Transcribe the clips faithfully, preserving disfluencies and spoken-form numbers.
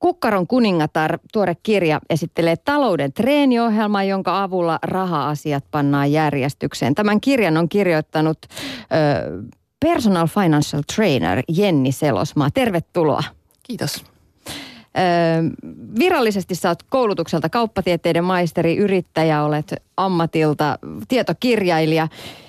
Kukkaron kuningatar, tuore kirja, esittelee talouden treeniohjelmaa, jonka avulla raha-asiat pannaan järjestykseen. Tämän kirjan on kirjoittanut ö, personal financial trainer Jenni Selosmaa. Tervetuloa. Kiitos. Ö, virallisesti sä oot koulutukselta kauppatieteiden maisteri, yrittäjä, olet ammatilta tietokirjailija.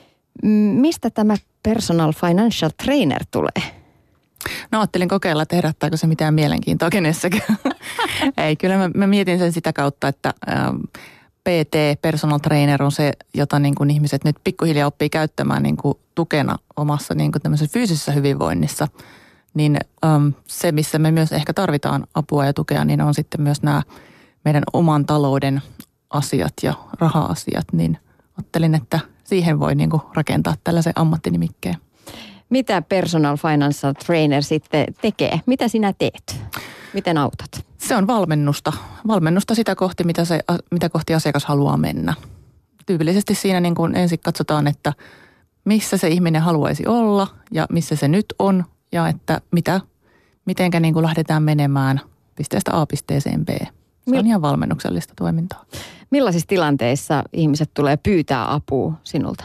Mistä tämä personal financial trainer tulee? No ajattelin kokeilla, että herättääkö se mitään mielenkiintoa kenessäkään. Ei, kyllä mä, mä mietin sen sitä kautta, että ähm, P T, personal trainer, on se, jota niin kuin ihmiset nyt pikkuhiljaa oppii käyttämään niin kuin tukena omassa niin kuin tämmöisessä fyysisessä hyvinvoinnissa. Niin ähm, se, missä me myös ehkä tarvitaan apua ja tukea, niin on sitten myös nämä meidän oman talouden asiat ja raha-asiat. Niin ajattelin, että siihen voi niin kuin rakentaa tällaisen ammattinimikkeen. Mitä personal financial trainer sitten tekee? Mitä sinä teet? Miten autat? Se on valmennusta. Valmennusta sitä kohti, mitä, se, mitä kohti asiakas haluaa mennä. Tyypillisesti siinä niin kuin ensin katsotaan, että missä se ihminen haluaisi olla ja missä se nyt on. Ja että mitä, mitenkä niin kuin lähdetään menemään pisteestä A pisteeseen B. Se on ihan valmennuksellista toimintaa. Millaisissa tilanteissa ihmiset tulee pyytää apua sinulta?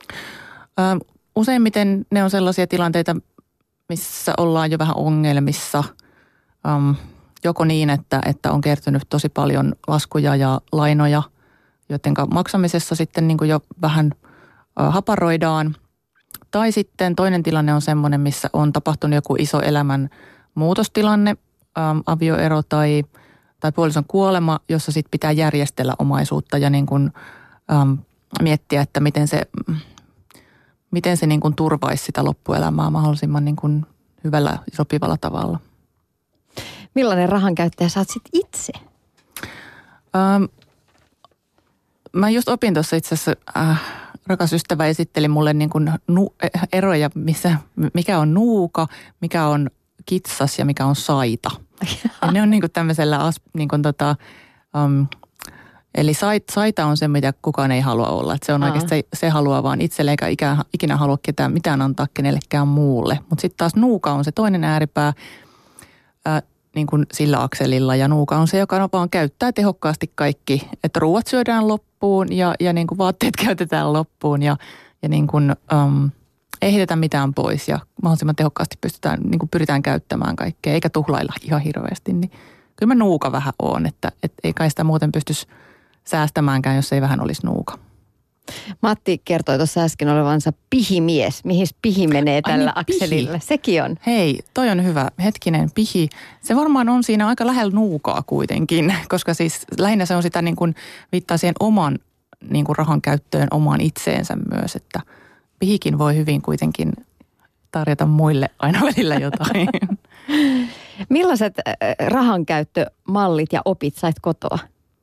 Ö, Useimmiten ne on sellaisia tilanteita, missä ollaan jo vähän ongelmissa. Um, joko niin, että, että on kertynyt tosi paljon laskuja ja lainoja, joiden maksamisessa sitten niin kuin jo vähän uh, haparoidaan. Tai sitten toinen tilanne on semmoinen, missä on tapahtunut joku iso elämän muutostilanne, um, avioero tai, tai puolison kuolema, jossa sitten pitää järjestellä omaisuutta ja niin kuin, um, miettiä, että miten se... Miten se niin kuin turvaisi sitä loppuelämää mahdollisimman niin kuin hyvällä ja sopivalla tavalla. Millainen rahankäyttäjä sä oot sit itse? Ähm, mä just opin tuossa itse asiassa, äh, rakas ystävä esitteli mulle niin kuin nu- eroja, missä, mikä on nuuka, mikä on kitsas ja mikä on saita. Ja ne on niin kuin tämmöisellä, niin kuin tota, um, eli saita on se, mitä kukaan ei halua olla. Että se on oikeasti, se, se haluaa vaan itselle eikä ikinä, ikinä halua ketään, mitään antaa kenellekään muulle. Mutta sitten taas nuuka on se toinen ääripää ää, niin kuin sillä akselilla. Ja nuuka on se, joka vaan käyttää tehokkaasti kaikki. Että ruuat syödään loppuun ja, ja niin kuin vaatteet käytetään loppuun ja, ja niin kuin, um, ei heitetä mitään pois. Ja mahdollisimman tehokkaasti pystytään, niin kuin pyritään käyttämään kaikkea eikä tuhlailla ihan hirveästi. Niin kyllä mä nuuka vähän oon, että et ei kai sitä muuten pystyisi säästämäänkään, jos ei vähän olisi nuuka. Matti kertoi tuossa äsken olevansa pihimies. Mihin pihi menee tällä Ai niin, akselilla? Pihi. Sekin on. Hei, toi on hyvä. Hetkinen, pihi. Se varmaan on siinä aika lähellä nuukaa kuitenkin, koska siis lähinnä se on sitä niin kuin viittaa siihen oman niin kuin rahan käyttöön omaan itseensä myös, että pihikin voi hyvin kuitenkin tarjota muille aina välillä jotain. Millaiset rahankäyttömallit ja opit sait kotoa?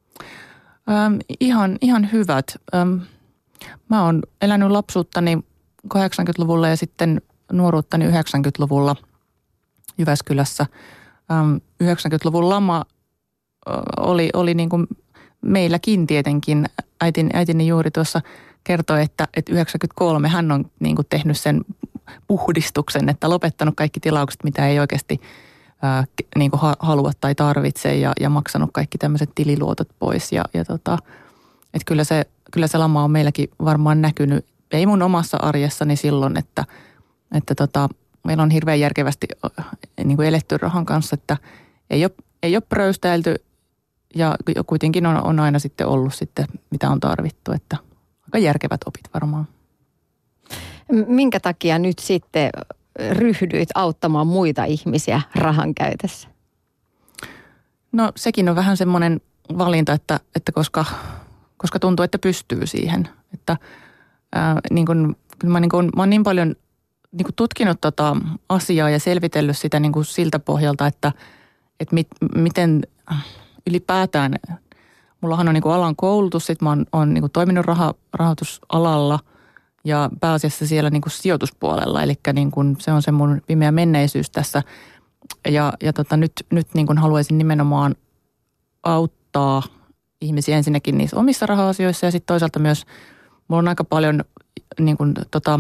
Ähm, ihan, ihan hyvät. Ähm, mä oon elänyt lapsuuttani kahdeksankymmentäluvulla ja sitten nuoruuttani yhdeksänkymmentäluvulla Jyväskylässä. Ähm, yhdeksänkymmentäluvun lama äh, oli, oli niin kuin meilläkin tietenkin. Äitini, äitini juuri tuossa kertoi, että, että yhdeksänkymmentäkolme hän on niin kuin tehnyt sen puhdistuksen, että lopettanut kaikki tilaukset, mitä ei oikeasti Ää, niin kuin halua tai tarvitse ja, ja maksanut kaikki tämmöiset tililuotot pois. Ja, ja tota, että kyllä se, kyllä se lama on meilläkin varmaan näkynyt, ei mun omassa arjessani silloin, että, että tota, meillä on hirveän järkevästi niin kuin eletty rahan kanssa, että ei ole, ei ole pröystäilty ja kuitenkin on, on aina sitten ollut sitten, mitä on tarvittu, että aika järkevät opit varmaan. Minkä takia nyt sitten ryhdyit auttamaan muita ihmisiä rahan käytössä? No sekin on vähän semmoinen valinta, että, että koska, koska tuntuu, että pystyy siihen. Että ää, niin kun, kyllä mä, niin kun, mä oon niin paljon niin kun tutkinut tota asiaa ja selvitellyt sitä niin kun siltä pohjalta, että, että mit, miten ylipäätään, mullahan on niin kun alan koulutus, sit mä oon, oon niin kun toiminut raha, rahoitusalalla ja pääasiassa siellä niin kuin sijoituspuolella, eli niin kuin se on se mun pimeä menneisyys tässä. Ja, ja tota, nyt, nyt niin kuin haluaisin nimenomaan auttaa ihmisiä ensinnäkin niissä omissa raha-asioissa ja sitten toisaalta myös mulla on aika paljon niin kuin, tota,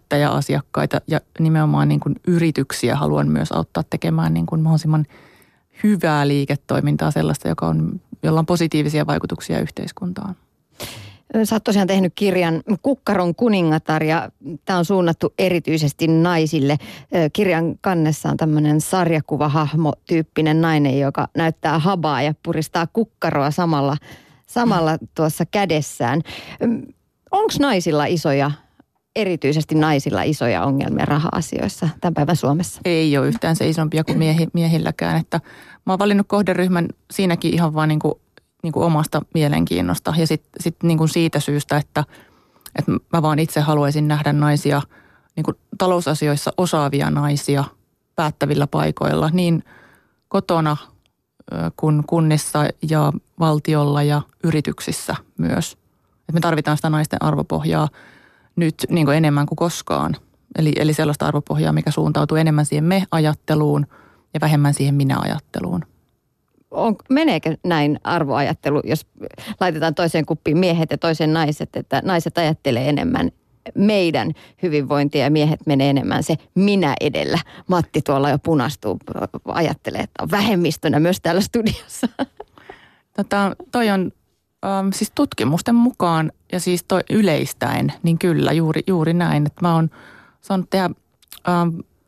yrittäjäasiakkaita ja nimenomaan niin kuin yrityksiä haluan myös auttaa tekemään niin kuin mahdollisimman hyvää liiketoimintaa, sellaista, joka on, jolla on positiivisia vaikutuksia yhteiskuntaan. Sä oot tosiaan tehnyt kirjan Kukkaron kuningatar ja tämä on suunnattu erityisesti naisille. Kirjan kannessa on tämmöinen sarjakuvahahmo-tyyppinen nainen, joka näyttää habaa ja puristaa kukkaroa samalla, samalla tuossa kädessään. Onko naisilla isoja, erityisesti naisilla isoja ongelmia raha-asioissa tämän päivän Suomessa? Ei ole yhtään se isompia kuin miehi, miehilläkään. Että mä oon valinnut kohderyhmän siinäkin ihan vaan niin kuin niin kuin omasta mielenkiinnosta ja sitten sit niin kuin siitä syystä, että, että mä vaan itse haluaisin nähdä naisia, niin kuin talousasioissa osaavia naisia päättävillä paikoilla niin kotona kuin kunnissa ja valtiolla ja yrityksissä myös. Että me tarvitaan sitä naisten arvopohjaa nyt niin kuin enemmän kuin koskaan. Eli, eli sellaista arvopohjaa, mikä suuntautuu enemmän siihen me-ajatteluun ja vähemmän siihen minä-ajatteluun. On, meneekö näin arvoajattelu, jos laitetaan toiseen kuppiin miehet ja toiseen naiset, että naiset ajattelee enemmän meidän hyvinvointia ja miehet menee enemmän se minä edellä. Matti tuolla jo punastuu, ajattelee, että on vähemmistönä myös täällä studiossa. Tota, toi on ähm, siis tutkimusten mukaan ja siis toi yleistäen, niin kyllä juuri, juuri näin. Että mä oon saanut tehdä, ähm,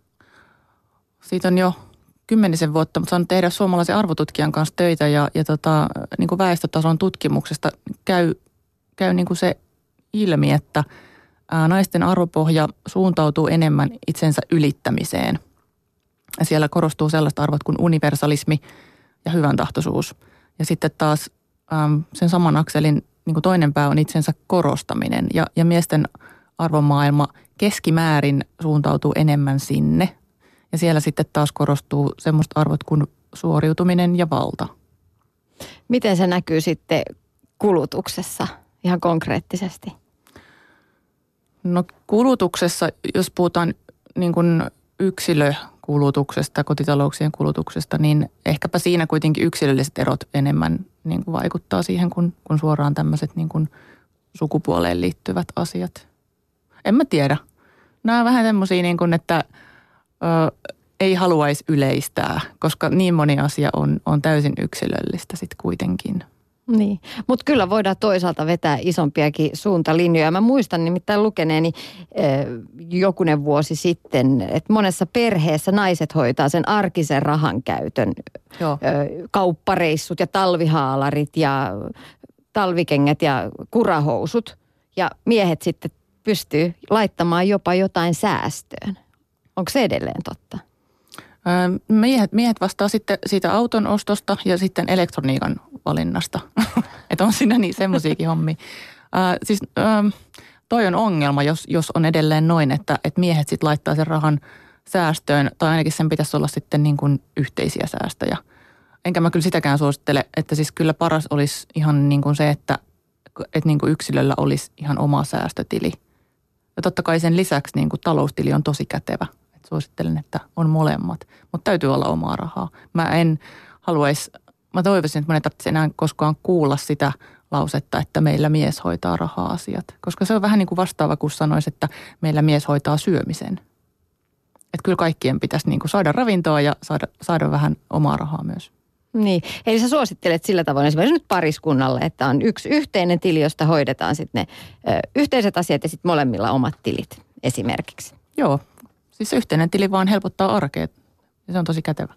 siitä on jo kymmenisen vuotta, mutta saanut tehdä suomalaisen arvotutkijan kanssa töitä ja, ja tota, niin kuin väestötason tutkimuksesta käy, käy niin kuin se ilmi, että ää, naisten arvopohja suuntautuu enemmän itsensä ylittämiseen. Ja siellä korostuu sellaiset arvot kuin universalismi ja hyväntahtoisuus. Ja sitten taas äm, sen saman akselin niin kuin toinen pää on itsensä korostaminen ja, ja miesten arvomaailma keskimäärin suuntautuu enemmän sinne. Ja siellä sitten taas korostuu semmoiset arvot kuin suoriutuminen ja valta. Miten se näkyy sitten kulutuksessa ihan konkreettisesti? No kulutuksessa, jos puhutaan niin kuin yksilökulutuksesta, kotitalouksien kulutuksesta, niin ehkäpä siinä kuitenkin yksilölliset erot enemmän niin kuin vaikuttaa siihen, kun, kun suoraan tämmöiset niin kuin sukupuoleen liittyvät asiat. En mä tiedä. Nämä on vähän semmoisia niin kuin, että Ö, ei haluaisi yleistää, koska niin moni asia on, on täysin yksilöllistä sitten kuitenkin. Niin, mutta kyllä voidaan toisaalta vetää isompiakin suuntalinjoja. Mä muistan nimittäin lukeneeni äh, jokunen vuosi sitten, että monessa perheessä naiset hoitaa sen arkisen rahan käytön. Joo. Äh, kauppareissut ja talvihaalarit ja talvikengät ja kurahousut. Ja miehet sitten pystyy laittamaan jopa jotain säästöön. Onko se edelleen totta? Miehet, miehet vastaa sitten siitä auton ostosta ja sitten elektroniikan valinnasta. Että on siinä niin semmoisiakin hommia. Äh, siis äh, toi on ongelma, jos, jos on edelleen noin, että, että miehet sitten laittaa sen rahan säästöön. Tai ainakin sen pitäisi olla sitten niin kuin yhteisiä säästöjä. Enkä mä kyllä sitäkään suosittele, että siis kyllä paras olisi ihan niin kuin se, että, että niin kuin yksilöllä olisi ihan oma säästötili. Ja totta kai sen lisäksi niin kuin taloustili on tosi kätevä. Et suosittelen, että on molemmat. Mutta täytyy olla omaa rahaa. Mä en haluaisi, mä toivoisin, että mä en tarvitse enää koskaan kuulla sitä lausetta, että meillä mies hoitaa raha-asiat. Koska se on vähän niin kuin vastaava, kun sanoisi, että meillä mies hoitaa syömisen. Että kyllä kaikkien pitäisi niin kuin saada ravintoa ja saada, saada vähän omaa rahaa myös. Niin, eli sä suosittelet sillä tavoin esimerkiksi nyt pariskunnalle, että on yksi yhteinen tili, josta hoidetaan sitten ne ö, yhteiset asiat ja sitten molemmilla omat tilit esimerkiksi. Joo, siis se yhteinen tili vaan helpottaa arkea ja se on tosi kätevä.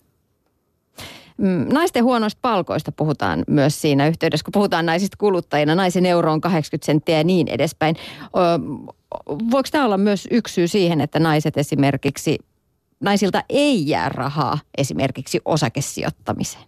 Naisten huonoista palkoista puhutaan myös siinä yhteydessä, kun puhutaan naisista kuluttajina. Naisen euro on kahdeksankymmentä senttiä ja niin edespäin. Ö, voiko tämä olla myös yksi syy siihen, että naiset esimerkiksi, naisilta ei jää rahaa esimerkiksi osakesijoittamiseen?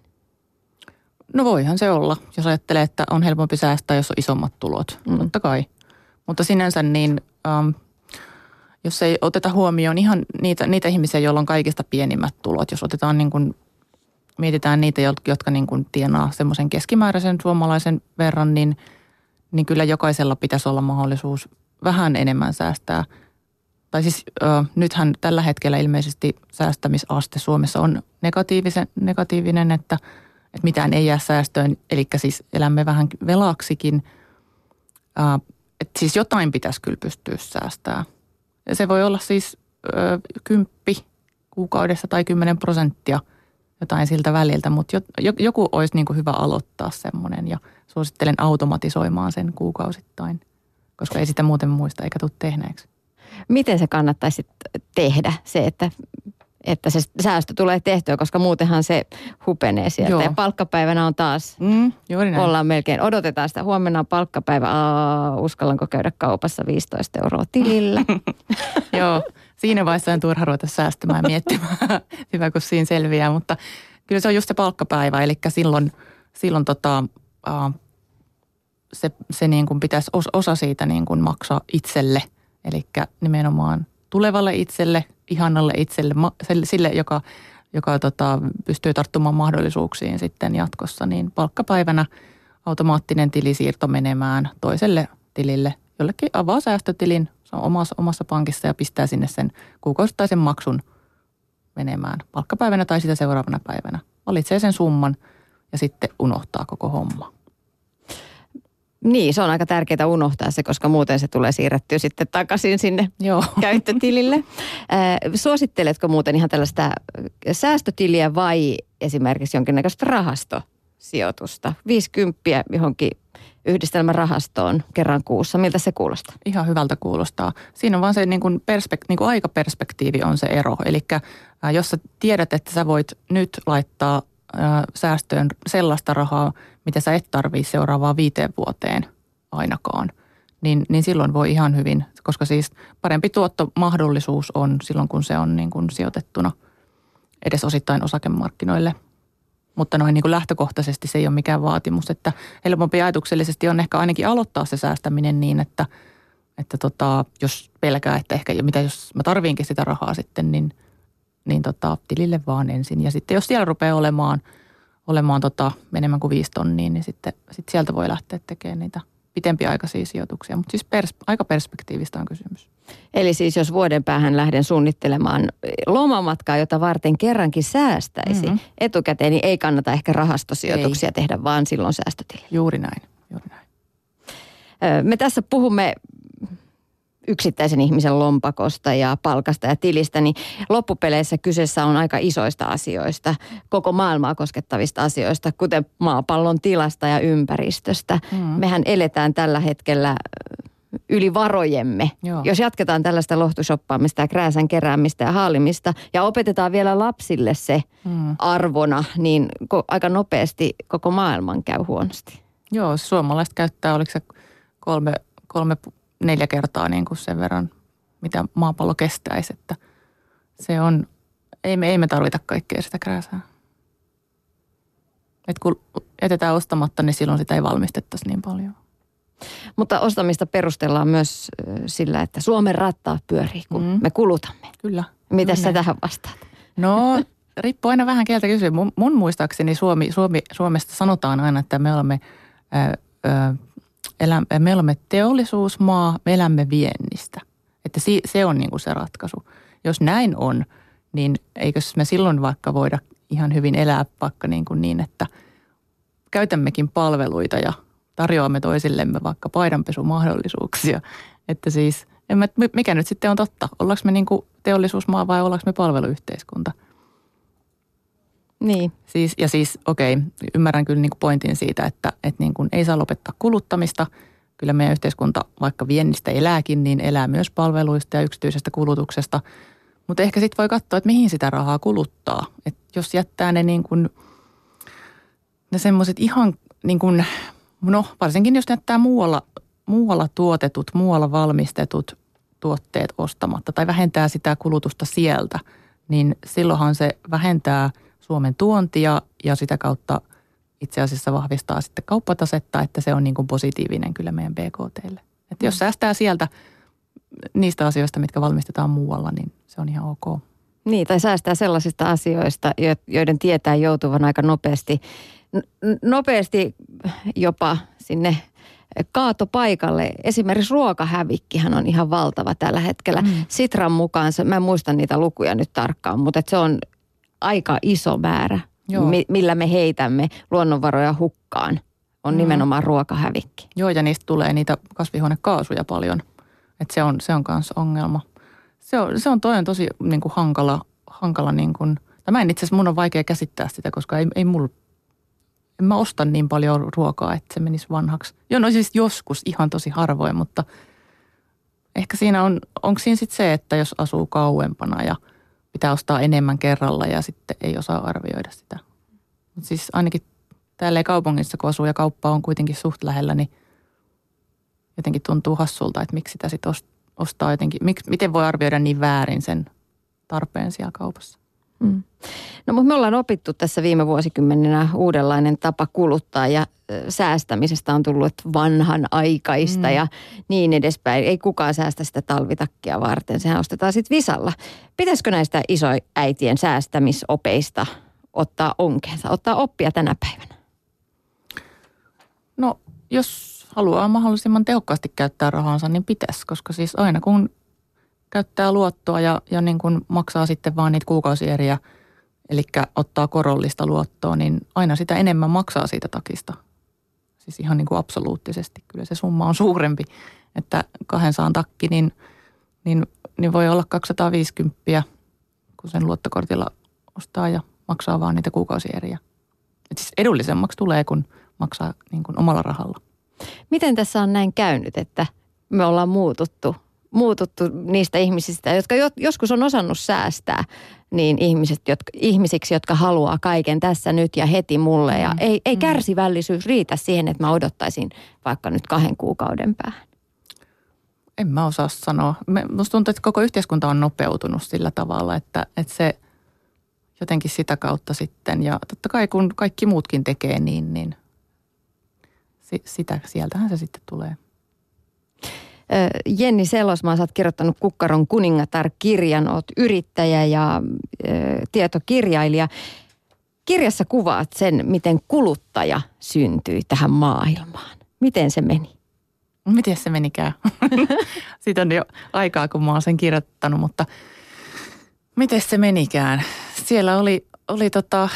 No voihan se olla, jos ajattelee, että on helpompi säästää, jos on isommat tulot. Mm. Totta kai. Mutta sinänsä niin, ähm, jos ei oteta huomioon ihan niitä, niitä ihmisiä, joilla on kaikista pienimmät tulot. Jos otetaan niin kuin, mietitään niitä, jotka niin kuin tienaa semmoisen keskimääräisen suomalaisen verran, niin, niin kyllä jokaisella pitäisi olla mahdollisuus vähän enemmän säästää. Tai siis äh, nythän tällä hetkellä ilmeisesti säästämisaste Suomessa on negatiivisen, negatiivinen, että että mitään ei jää säästöön, eli siis elämme vähän velaksikin. Äh, että siis jotain pitäisi kyllä pystyä säästämään. Ja se voi olla siis ö, kymppi kuukaudessa tai kymmenen prosenttia. jotain siltä väliltä, mutta joku olisi niin kuin hyvä aloittaa semmoinen ja suosittelen automatisoimaan sen kuukausittain, koska ei sitä muuten muista eikä tule tehneeksi. Miten se kannattaisi tehdä, se, että, että se säästö tulee tehtyä, koska muutenhan se hupenee sieltä. Joo. Ja palkkapäivänä on taas, mm, juuri näin. Ollaan melkein, odotetaan sitä, huomenna on palkkapäivä, Aa, uskallanko käydä kaupassa viisitoista euroa tilillä. Joo, siinä vaiheessa on turha ruveta säästämään ja miettimään, hyvä kun siinä selviää, mutta kyllä se on just se palkkapäivä, eli silloin, silloin tota, uh, se, se niin kuin pitäisi osa siitä niin kuin maksaa itselle, eli nimenomaan tulevalle itselle, ihanalle itselle, sille, joka, joka tota, pystyy tarttumaan mahdollisuuksiin sitten jatkossa, niin palkkapäivänä automaattinen tilisiirto menemään toiselle tilille, jollekin avaa säästötilin, se on omassa, omassa pankissa ja pistää sinne sen kuukausittaisen maksun menemään palkkapäivänä tai sitä seuraavana päivänä. Valitsee sen summan ja sitten unohtaa koko homma. Niin, se on aika tärkeää unohtaa se, koska muuten se tulee siirrettyä sitten takaisin sinne Joo. käyttötilille. Äh, suositteletko muuten ihan tällaista säästötiliä vai esimerkiksi jonkinnäköistä rahastosijoitusta? viisikymppiä johonkin yhdistelmärahastoon kerran kuussa. Miltä se kuulostaa? Ihan hyvältä kuulostaa. Siinä on vaan se niin kuin perspek- niin kuin aikaperspektiivi on se ero. Eli äh, jos sä tiedät, että sä voit nyt laittaa äh, säästöön sellaista rahaa, mitä sä et tarvitse seuraavaan viiteen vuoteen ainakaan, niin, niin silloin voi ihan hyvin, koska siis parempi tuottomahdollisuus on silloin, kun se on niin kuin sijoitettuna edes osittain osakemarkkinoille. Mutta noin niin kuin lähtökohtaisesti se ei ole mikään vaatimus, että helpompi ajatuksellisesti on ehkä ainakin aloittaa se säästäminen niin, että, että tota, jos pelkää, että ehkä mitä jos mä tarviinkin sitä rahaa sitten, niin, niin tota, tilille vaan ensin. Ja sitten jos siellä rupeaa olemaan, olemaan tota, enemmän kuin viisi tonnia, niin sitten sit sieltä voi lähteä tekemään niitä pitempiaikaisia sijoituksia. Mutta siis pers, aikaperspektiivistä on kysymys. Eli siis jos vuoden päähän lähden suunnittelemaan lomamatkaa, jota varten kerrankin säästäisi mm-hmm. etukäteen, niin ei kannata ehkä rahastosijoituksia ei. tehdä, vaan silloin säästötili. Juuri näin, juuri näin. Me tässä puhumme yksittäisen ihmisen lompakosta ja palkasta ja tilistä, niin loppupeleissä kyseessä on aika isoista asioista, koko maailmaa koskettavista asioista, kuten maapallon tilasta ja ympäristöstä. Mm. Mehän eletään tällä hetkellä yli varojemme. Joo. Jos jatketaan tällaista lohtushoppaamista ja krääsän keräämistä ja haalimista ja opetetaan vielä lapsille se mm. arvona, niin ko- aika nopeasti koko maailman käy huonosti. Joo, suomalaiset käyttää, oliko se kolme, kolme neljä kertaa niin kuin sen verran, mitä maapallo kestäisi, että se on, ei me, ei me tarvita kaikkea sitä krääsää. Et kun jätetään ostamatta, niin silloin sitä ei valmistettaisi niin paljon. Mutta ostamista perustellaan myös sillä, että Suomen rattaat pyörii, kun mm. me kulutamme. Kyllä. Mitä sä tähän vastaat? No, riippuu aina vähän kieltä kysyä. Mun, mun muistaakseni Suomi, Suomi, Suomesta sanotaan aina, että me olemme, ää, ää, elä, me olemme teollisuusmaa, me elämme viennistä. Että si, se on niin kuin se ratkaisu. Jos näin on, niin eikös me silloin vaikka voida ihan hyvin elää vaikka niin, kuin niin että käytämmekin palveluita ja tarjoamme toisillemme vaikka paidanpesumahdollisuuksia. Että siis, en mä, mikä nyt sitten on totta? Ollaanko me niin kuin teollisuusmaa vai ollaanko me palveluyhteiskunta? Niin. Siis, ja siis okei, ymmärrän kyllä niin kuin pointin siitä, että, että niin kuin ei saa lopettaa kuluttamista. Kyllä meidän yhteiskunta, vaikka viennistä elääkin, niin elää myös palveluista ja yksityisestä kulutuksesta. Mutta ehkä sitten voi katsoa, että mihin sitä rahaa kuluttaa. Että jos jättää ne niin kuin, ne semmoiset ihan niin kuin, no varsinkin jos jättää muualla, muualla tuotetut, muualla valmistetut tuotteet ostamatta tai vähentää sitä kulutusta sieltä, niin silloinhan se vähentää Suomen tuontia ja sitä kautta itse asiassa vahvistaa sitten kauppatasetta, että se on niin kuin positiivinen kyllä meidän B K T:lle. Että jos säästää sieltä niistä asioista, mitkä valmistetaan muualla, niin se on ihan ok. Niin, tai säästää sellaisista asioista, joiden tietää joutuvan aika nopeasti, nopeasti jopa sinne kaatopaikalle. Esimerkiksi ruokahävikkihän on ihan valtava tällä hetkellä. Mm. Sitran mukaan, mä en muista niitä lukuja nyt tarkkaan, mutta se on aika iso määrä, mi- millä me heitämme luonnonvaroja hukkaan, on mm. nimenomaan ruokahävikki. Joo, ja niistä tulee niitä kasvihuonekaasuja paljon, että se on, se on kanssa ongelma. Se on, se on toinen tosi niin kuin hankala, hankala niin kuin, Tai mä en itse asiassa, mun on vaikea käsittää sitä, koska ei, ei mulla, en mä osta niin paljon ruokaa, että se menisi vanhaksi. Joo, no siis joskus ihan tosi harvoin, mutta ehkä siinä on, onko siinä sitten se, että jos asuu kauempana ja pitää ostaa enemmän kerralla ja sitten ei osaa arvioida sitä. Mutta siis ainakin täällä kaupungissa, kun asuu ja kauppa on kuitenkin suht lähellä, niin jotenkin tuntuu hassulta, että miksi sitä sitten ostaa jotenkin, miksi, miten voi arvioida niin väärin sen tarpeen siellä kaupassa. Mm. No mutta me ollaan opittu tässä viime vuosikymmeninä uudenlainen tapa kuluttaa ja säästämisestä on tullut vanhanaikaista mm. ja niin edespäin. Ei kukaan säästä sitä talvitakkia varten, sehän ostetaan sitten Visalla. Pitäisikö näistä isoäitien säästämisopeista ottaa onkeensa, ottaa oppia tänä päivänä? No jos haluaa mahdollisimman tehokkaasti käyttää rahansa, niin pitäisi, koska siis aina kun käyttää luottoa ja, ja niin kuin maksaa sitten vaan niitä kuukausieriä, eli ottaa korollista luottoa, niin aina sitä enemmän maksaa siitä takista. Siis ihan niin kuin absoluuttisesti. Kyllä se summa on suurempi, että kahdensaan takki, niin, niin, niin voi olla kaksisataaviisikymmentä, kun sen luottokortilla ostaa ja maksaa vaan niitä kuukausieriä. Et siis edullisemmaksi tulee, kun maksaa niin kuin omalla rahalla. Miten tässä on näin käynyt, että me ollaan muututtu? muututtu niistä ihmisistä, jotka joskus on osannut säästää, niin ihmiset, jotka, ihmisiksi, jotka haluaa kaiken tässä nyt ja heti mulle. Ja mm. ei, ei kärsivällisyys riitä siihen, että mä odottaisin vaikka nyt kahden kuukauden päähän. En mä osaa sanoa. Musta tuntuu, että koko yhteiskunta on nopeutunut sillä tavalla, että, että se jotenkin sitä kautta sitten, ja totta kai kun kaikki muutkin tekee niin, niin sitä, sieltähän se sitten tulee. Jenni Selosmaa, sä oot kirjoittanut Kukkaron kuningatar-kirjan, oot yrittäjä ja ö, tietokirjailija. Kirjassa kuvaat sen, miten kuluttaja syntyi tähän maailmaan. Miten se meni? Miten se menikään? Siitä on jo aikaa, kun mä oon sen kirjoittanut, mutta miten se menikään? Siellä oli, oli tota...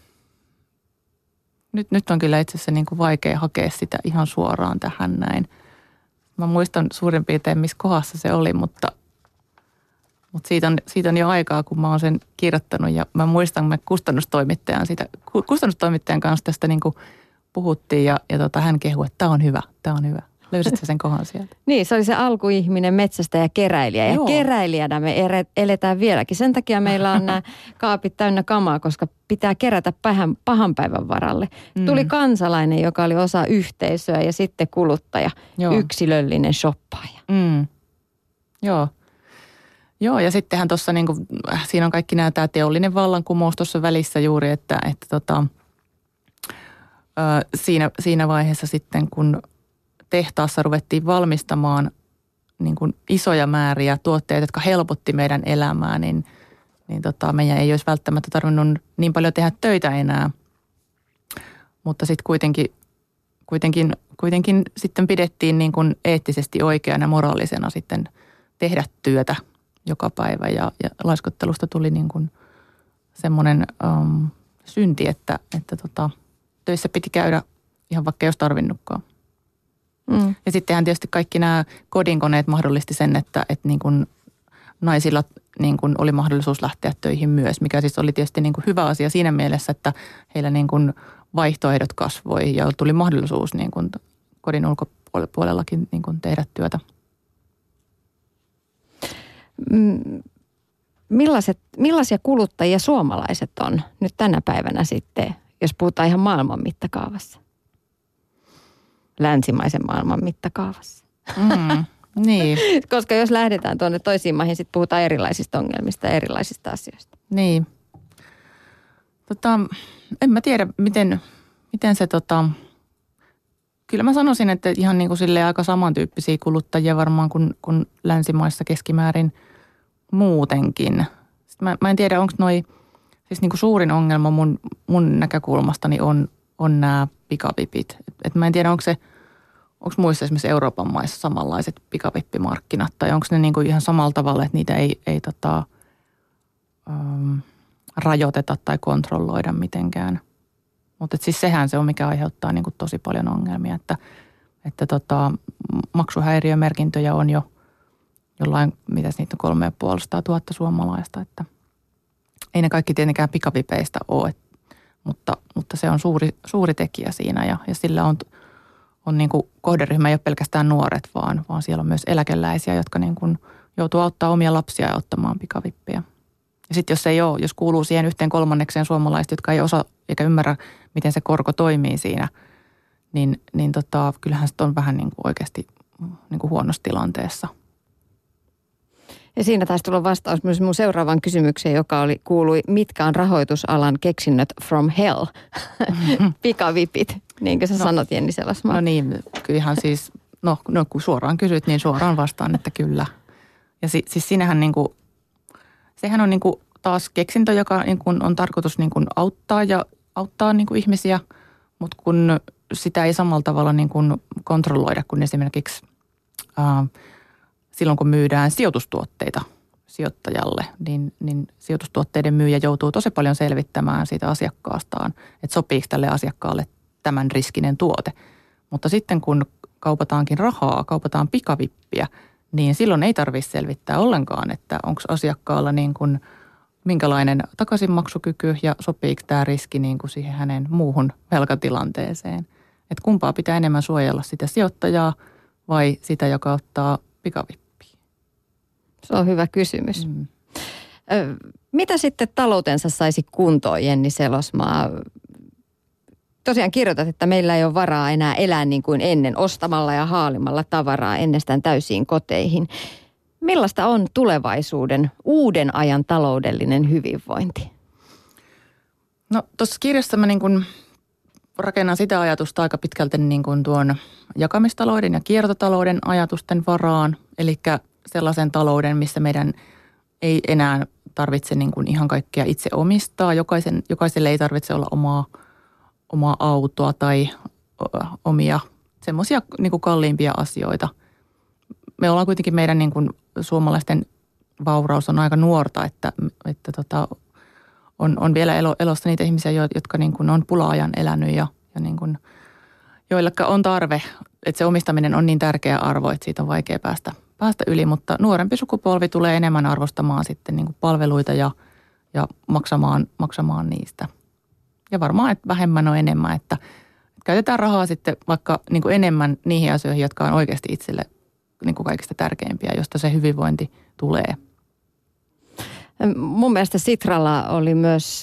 Nyt, nyt on kyllä itse asiassa niin kuin vaikea hakea sitä ihan suoraan tähän näin. Mä muistan suurin piirtein, missä kohdassa se oli, mutta, mutta siitä, on, siitä on jo aikaa, kun mä oon sen kirjoittanut. Ja mä muistan, kun me kustannustoimittajan, siitä, kustannustoimittajan kanssa tästä niin kuin puhuttiin ja, ja tota, hän kehui, että tämä on hyvä, tämä on hyvä. Löysitkö sen kohan sieltä? Niin, se oli se alkuihminen, metsästä ja keräilijä. Ja Joo. keräilijänä me eletään vieläkin. Sen takia meillä on nämä kaapit täynnä kamaa, koska pitää kerätä pahan, pahan päivän varalle. Mm. Tuli kansalainen, joka oli osa yhteisöä ja sitten kuluttaja, Joo. yksilöllinen shoppaaja. Mm. Joo. Joo, ja sittenhän tuossa niinku, siinä on kaikki nämä, tämä teollinen vallankumous tuossa välissä juuri, että, että tota, ö, siinä, siinä vaiheessa sitten, kun tehtaassa ruvettiin valmistamaan niin kuin isoja määriä tuotteita, jotka helpotti meidän elämää, niin, niin tota, meidän ei olisi välttämättä tarvinnut niin paljon tehdä töitä enää. Mutta sitten kuitenkin, kuitenkin, kuitenkin sitten pidettiin niin kuin eettisesti oikeana ja moraalisena sitten tehdä työtä joka päivä. Ja, ja laiskottelusta tuli niin kuin semmoinen um, synti, että, että tota, töissä piti käydä ihan vaikka ei olisi tarvinnutkaan. Mm. Ja sittenhän tietysti kaikki nämä kodinkoneet mahdollisti sen, että, että niin kuin naisilla niin kuin oli mahdollisuus lähteä töihin myös, mikä siis oli tietysti niin kuin hyvä asia siinä mielessä, että heillä niin kuin vaihtoehdot kasvoi ja tuli mahdollisuus niin kuin kodin ulkopuolellakin niin kuin tehdä työtä. Millaiset, millaisia kuluttajia suomalaiset on nyt tänä päivänä sitten, jos puhutaan ihan maailman mittakaavassa? Länsimaisen maailman mittakaavassa. Mm, niin. Koska jos lähdetään tuonne toisiin maihin, sitten puhutaan erilaisista ongelmista ja erilaisista asioista. Niin. Tota, en mä tiedä, miten, miten se tota... Kyllä mä sanoisin, että ihan niin kuin silleen aika samantyyppisiä kuluttajia varmaan kuin, kuin länsimaissa keskimäärin muutenkin. Sitten mä, mä en tiedä, onko noi... Siis niin kuin suurin ongelma mun, mun näkökulmastani on, on nämä pikavipit. Et, et mä en tiedä, onko se... Onko muissa esimerkiksi Euroopan maissa samanlaiset pikavippimarkkinat tai onko ne niinku ihan samalla tavalla, että niitä ei, ei tota, äm, rajoiteta tai kontrolloida mitenkään. Mutta siis sehän se on, mikä aiheuttaa niinku tosi paljon ongelmia, että, että tota, maksuhäiriömerkintöjä on jo jollain, mitäs niitä on kolme ja puolesta tuhatta suomalaista, että ei ne kaikki tietenkään pikavipeistä ole, mutta, mutta se on suuri, suuri tekijä siinä ja, ja sillä on, on niin kuin kohderyhmä ei ole pelkästään nuoret, vaan, vaan siellä on myös eläkeläisiä, jotka niin kuin joutuu auttaa omia lapsia ja ottamaan pikavippiä. Ja sitten jos ei ole, jos kuuluu siihen yhteen kolmannekseen suomalaiset, jotka ei osaa eikä ymmärrä, miten se korko toimii siinä, niin, niin tota, kyllähän se on vähän niin kuin oikeasti niin kuin huonossa tilanteessa. Ja siinä taisi tulla vastaus myös mun seuraavaan kysymykseen, joka oli, kuului, mitkä on rahoitusalan keksinnöt from hell? Mm-hmm. Pikavipit, niin kuin sä no, sanot, Jenni Selosmaa. No niin, kyllähän siis, no, no kun suoraan kysyt, niin suoraan vastaan, että kyllä. Ja si, siis siinähän niin kuin, sehän on niin kuin taas keksintö, joka niin kuin on tarkoitus niin kuin auttaa ja auttaa niin kuin ihmisiä, mutta kun sitä ei samalla tavalla niin kuin kontrolloida kuin esimerkiksi äh, silloin, kun myydään sijoitustuotteita sijoittajalle, niin, niin sijoitustuotteiden myyjä joutuu tosi paljon selvittämään siitä asiakkaastaan, että sopiiko tälle asiakkaalle tämän riskinen tuote. Mutta sitten kun kaupataankin rahaa, kaupataan pikavippiä, niin silloin ei tarvitse selvittää ollenkaan, että onko asiakkaalla niin kuin minkälainen takaisinmaksukyky ja sopiiko tämä riski niin kuin siihen hänen muuhun velkatilanteeseen. Että kumpaa pitää enemmän suojella, sitä sijoittajaa vai sitä, joka ottaa pikavippiä? Se on hyvä kysymys. Mm. Ö, mitä sitten taloutensa saisi kuntoon, Jenni Selosmaa? Tosiaan kirjoitat, että meillä ei ole varaa enää elää niin kuin ennen, ostamalla ja haalimalla tavaraa ennestään täysiin koteihin. Millaista on tulevaisuuden, uuden ajan taloudellinen hyvinvointi? No tuossa kirjassa mä niin kuin rakennan sitä ajatusta aika pitkälti niin kuin tuon jakamistalouden ja kiertotalouden ajatusten varaan. Eli sellaisen talouden, missä meidän ei enää tarvitse niin kuin ihan kaikkea itse omistaa. Jokaisen, jokaiselle ei tarvitse olla omaa, omaa autoa tai omia semmoisia niin kuin kalliimpia asioita. Me ollaan kuitenkin meidän niin kuin suomalaisten vauraus on aika nuorta, että, että tota, on, on vielä elo, elossa niitä ihmisiä, jotka niin kuin on pula-ajan elänyt ja, ja niin kuin, joilleka on tarve, että se omistaminen on niin tärkeä arvo, että siitä on vaikea päästä, päästä yli. Mutta nuorempi sukupolvi tulee enemmän arvostamaan sitten niin kuin palveluita ja, ja maksamaan, maksamaan niistä. Ja varmaan, että vähemmän on enemmän, että, että käytetään rahaa sitten vaikka niin kuin enemmän niihin asioihin, jotka on oikeasti itselle niin kuin kaikista tärkeimpiä, josta se hyvinvointi tulee. Mun mielestä Sitralla oli myös,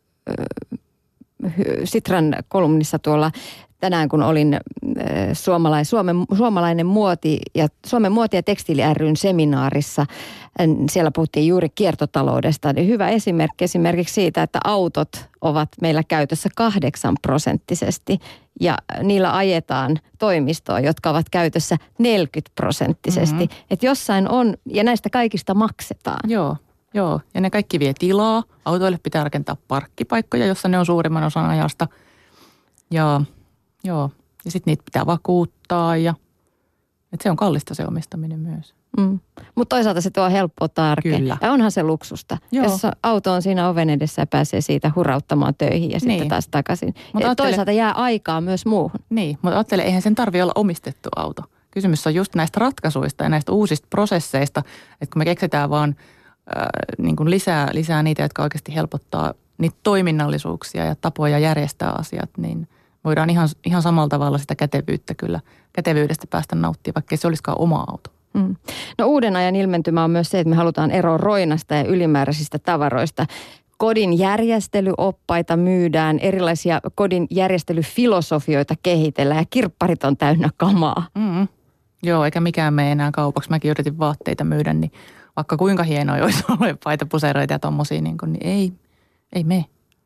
Sitran kolumnissa tuolla tänään, kun olin suomalais, Suomen, suomalainen muoti ja Suomen muoti- ja tekstiili ry:n seminaarissa. Siellä puhuttiin juuri kiertotaloudesta. Niin hyvä esimerkki esimerkiksi siitä, että autot ovat meillä käytössä kahdeksan prosenttisesti ja niillä ajetaan toimistoon, jotka ovat käytössä neljäkymmentä prosenttisesti. Mm-hmm. Että jossain on, ja näistä kaikista maksetaan. Joo. Joo, ja ne kaikki vie tilaa. Autoille pitää rakentaa parkkipaikkoja, jossa ne on suurimman osan ajasta. Ja joo, ja sitten niitä pitää vakuuttaa ja että se on kallista se omistaminen myös. Mm. Mutta toisaalta se tuo helppoa arkea. Kyllä. Ja onhan se luksusta. Joo. Jos auto on siinä oven edessä ja pääsee siitä hurauttamaan töihin ja sitten niin. taas takaisin. Ajattele, toisaalta jää aikaa myös muuhun. Niin, mutta ajattele, eihän sen tarvitse olla omistettu auto. Kysymys on just näistä ratkaisuista ja näistä uusista prosesseista, että kun me keksitään vaan äh, niin kuin lisää, lisää niitä, jotka oikeasti helpottaa niitä toiminnallisuuksia ja tapoja järjestää asiat, niin voidaan ihan, ihan samalla tavalla sitä kätevyyttä kyllä, kätevyydestä päästä nauttimaan, vaikka se olisikaan oma auto. Mm. No uuden ajan ilmentymä on myös se, että me halutaan eroa roinasta ja ylimääräisistä tavaroista. Kodin järjestelyoppaita myydään, erilaisia kodin järjestelyfilosofioita kehitellään ja kirpparit on täynnä kamaa. Mm. Joo, eikä mikään mene enää kaupaksi. Mäkin yritin vaatteita myydä, niin vaikka kuinka hienoja olisi olleet puseroita ja tommosia, niin, niin ei, ei mene.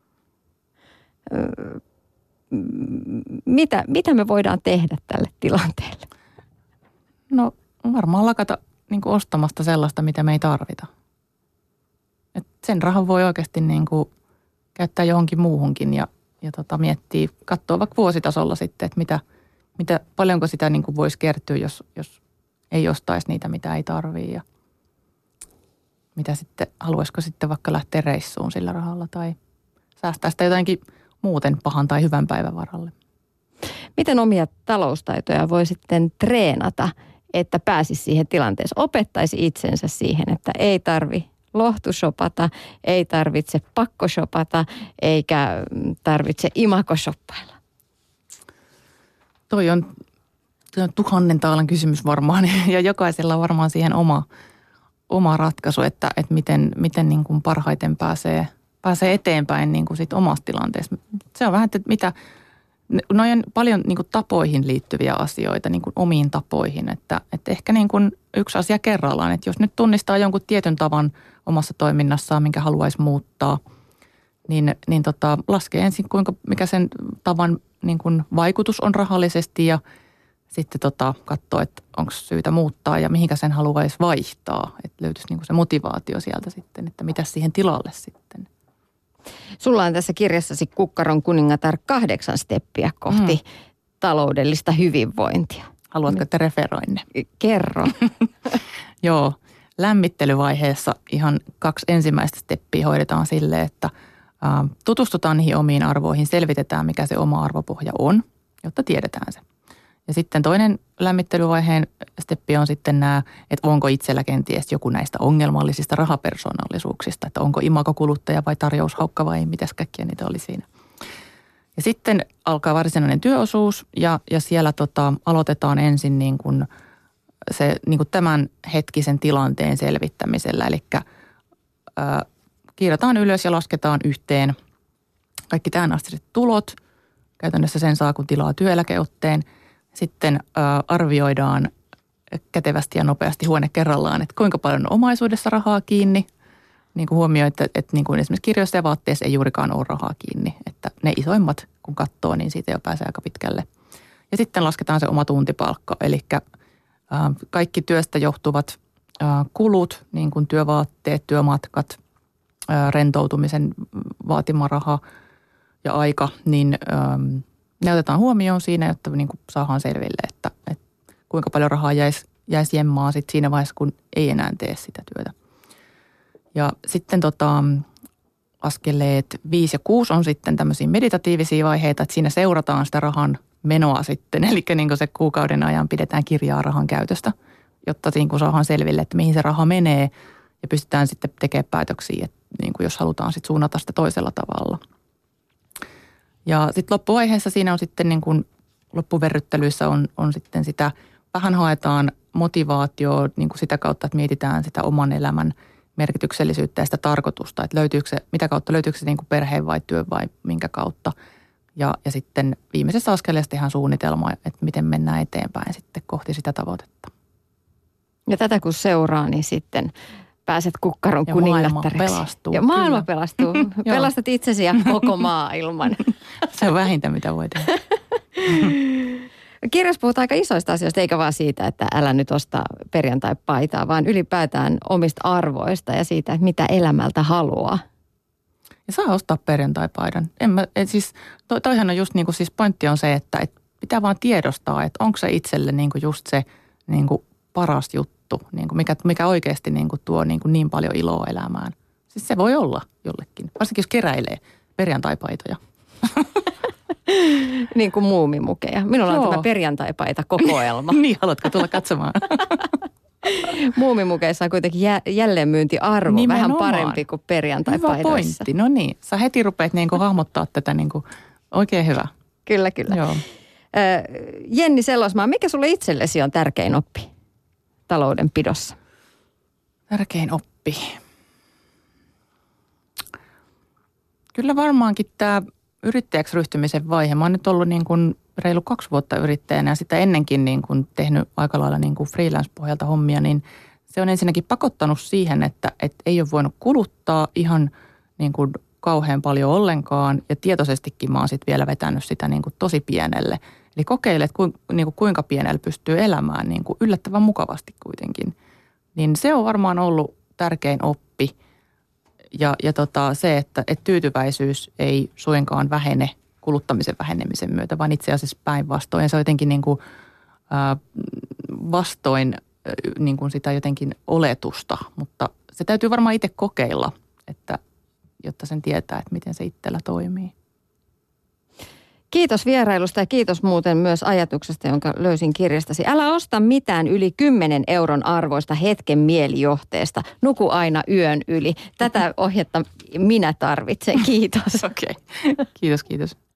Öö, mitä, mitä me voidaan tehdä tälle tilanteelle? No varmaan lakata niin kuin ostamasta sellaista, mitä me ei tarvita. Et sen rahan voi oikeasti niin kuin käyttää johonkin muuhunkin ja, ja tota miettiä, katsoa vaikka vuositasolla sitten, että mitä, mitä, paljonko sitä niin kuin voisi kertyä, jos, jos ei ostaisi niitä, mitä ei tarvitse. Ja mitä sitten, haluaisiko sitten vaikka lähteä reissuun sillä rahalla tai säästää sitä jotenkin muuten pahan tai hyvän päivän varalle. Miten omia taloustaitoja voi sitten treenata, että pääsisi siihen tilanteeseen, opettaisi itsensä siihen, että ei tarvi lohtushopata, ei tarvitse pakkoshopata eikä tarvitse imakoshoppailla? Toi on, toi on tuhannen taalan kysymys varmaan ja jokaisella on varmaan siihen oma, oma ratkaisu, että, että miten, miten niin kuin parhaiten pääsee, pääsee eteenpäin niin kuin sit omassa tilanteessa. Se on vähän, että mitä, noin on paljon niin kuin tapoihin liittyviä asioita, niin kuin omiin tapoihin, että, että ehkä niin kuin yksi asia kerrallaan, että jos nyt tunnistaa jonkun tietyn tavan omassa toiminnassaan, minkä haluaisi muuttaa, niin, niin tota, laskee ensin, kuinka, mikä sen tavan niin kuin vaikutus on rahallisesti ja sitten tota, katsoo, että onko syytä muuttaa ja mihinkä sen haluaisi vaihtaa. Että löytyisi niin kuin se motivaatio sieltä sitten, että mitä siihen tilalle sitten. Sulla on tässä kirjassasi Kukkaron kuningatar kahdeksan steppiä kohti mm. taloudellista hyvinvointia. Haluatko, että referoin ne? Kerro. Joo, lämmittelyvaiheessa ihan kaksi ensimmäistä steppiä hoidetaan silleen, että ä, tutustutaan niihin omiin arvoihin, selvitetään mikä se oma arvopohja on, jotta tiedetään se. Ja sitten toinen lämmittelyvaiheen steppi on sitten nämä, että onko itsellä kenties joku näistä ongelmallisista rahapersonallisuuksista, että onko imakokuluttaja vai tarjoushaukka vai mitäs kaikkia niitä oli siinä. Ja sitten alkaa varsinainen työosuus ja, ja siellä tota, aloitetaan ensin niin kuin se, niin kuin tämän hetkisen tilanteen selvittämisellä. Eli äh, kirjataan ylös ja lasketaan yhteen kaikki tähänastiset tulot. Käytännössä sen saa, kun tilaa työeläkeotteen. Sitten ö, arvioidaan kätevästi ja nopeasti huone kerrallaan, että kuinka paljon on omaisuudessa rahaa kiinni. Niin kuin huomioi, että, että niin kuin esimerkiksi kirjoissa ja vaatteissa ei juurikaan ole rahaa kiinni. Että ne isoimmat, kun katsoo, niin siitä jo pääsee aika pitkälle. Ja sitten lasketaan se oma tuntipalkka, eli ö, kaikki työstä johtuvat ö, kulut, niin kuin työvaatteet, työmatkat, ö, rentoutumisen vaatima raha ja aika, niin Ö, ne otetaan huomioon siinä, jotta niin kuin saadaan selville, että, että kuinka paljon rahaa jäisi, jäisi jemmaa sit siinä vaiheessa, kun ei enää tee sitä työtä. Ja sitten tota, askeleet viisi ja kuusi on sitten tämmöisiä meditatiivisia vaiheita, että siinä seurataan sitä rahan menoa sitten. Eli niin kuin se kuukauden ajan pidetään kirjaa rahan käytöstä, jotta niin kuin saadaan selville, että mihin se raha menee ja pystytään sitten tekemään päätöksiä, että niin kuin jos halutaan sitten suunnata sitä toisella tavalla. Ja sitten loppuvaiheessa siinä on sitten niin kuin loppuverryttelyissä on, on sitten sitä, vähän haetaan motivaatioa niin kuin sitä kautta, että mietitään sitä oman elämän merkityksellisyyttä ja sitä tarkoitusta, että löytyykö se, mitä kautta löytyykö se niin kuin perheen vai työn vai minkä kautta. Ja, ja sitten viimeisessä askeleessa tehdään suunnitelma, että miten mennään eteenpäin sitten kohti sitä tavoitetta. Ja tätä kun seuraa, niin sitten pääset Kukkaron ja kuningattariksi. Maailma pelastuu. Ja maailma kyllä. pelastuu. Pelastat itsesi ja koko maailman. Se on vähintä, mitä voi tehdä. Kirjassa puhutaan aika isoista asioista, eikä vaan siitä, että älä nyt osta perjantai-paitaa, vaan ylipäätään omista arvoista ja siitä, että mitä elämältä haluaa. Ja saa ostaa perjantai-paidan. En mä, et siis, to, toihan on just niin kuin, siis pointti on se, että et pitää vaan tiedostaa, että onko se itselle niin kuin just se niin kuin paras juttu. Niin kuin mikä, mikä oikeasti niin kuin tuo niin, kuin niin paljon iloa elämään. Siis se voi olla jollekin, varsinkin jos keräilee perjantaipaitoja. Niin kuin muumimukeja. Minulla Joo. on tämä perjantaipaita-kokoelma. Niin, haluatko tulla katsomaan? Muumimukeissa on kuitenkin jä, jälleenmyyntiarvo Nimenomaan. Vähän parempi kuin perjantaipaitoissa. Hyvä pointti, no niin. Sä heti rupeat niin kuin hahmottaa tätä niin kuin oikein hyvä. Kyllä, kyllä. Joo. Jenni Sellosmaa, mikä sulle itsellesi on tärkein oppi taloudenpidossa? Tärkein oppi. Kyllä varmaankin tämä yrittäjäksi ryhtymisen vaihe. Mä oon nyt ollut niin kuin reilu kaksi vuotta yrittäjänä ja sitä ennenkin niin kuin tehnyt aika lailla niin kuin freelance-pohjalta hommia, niin se on ensinnäkin pakottanut siihen, että, että ei ole voinut kuluttaa ihan niin kuin kauhean paljon ollenkaan ja tietoisestikin mä oon sitten vielä vetänyt sitä niin kuin tosi pienelle. Eli kokeile, että ku, niin kuin kuinka pienellä pystyy elämään niin kuin yllättävän mukavasti kuitenkin. Niin se on varmaan ollut tärkein oppi. Ja, ja tota, se, että, että tyytyväisyys ei suinkaan vähene kuluttamisen vähenemisen myötä, vaan itse asiassa päinvastoin. Ja se on jotenkin niin kuin, ää, vastoin ää, niin kuin sitä jotenkin oletusta, mutta se täytyy varmaan itse kokeilla, että, jotta sen tietää, että miten se itsellä toimii. Kiitos vierailusta ja kiitos muuten myös ajatuksesta, jonka löysin kirjastasi. Älä osta mitään yli kymmenen euron arvoista hetken mielijohteesta. Nuku aina yön yli. Tätä ohjetta minä tarvitsen. Kiitos. Okei. Okay. Kiitos, kiitos.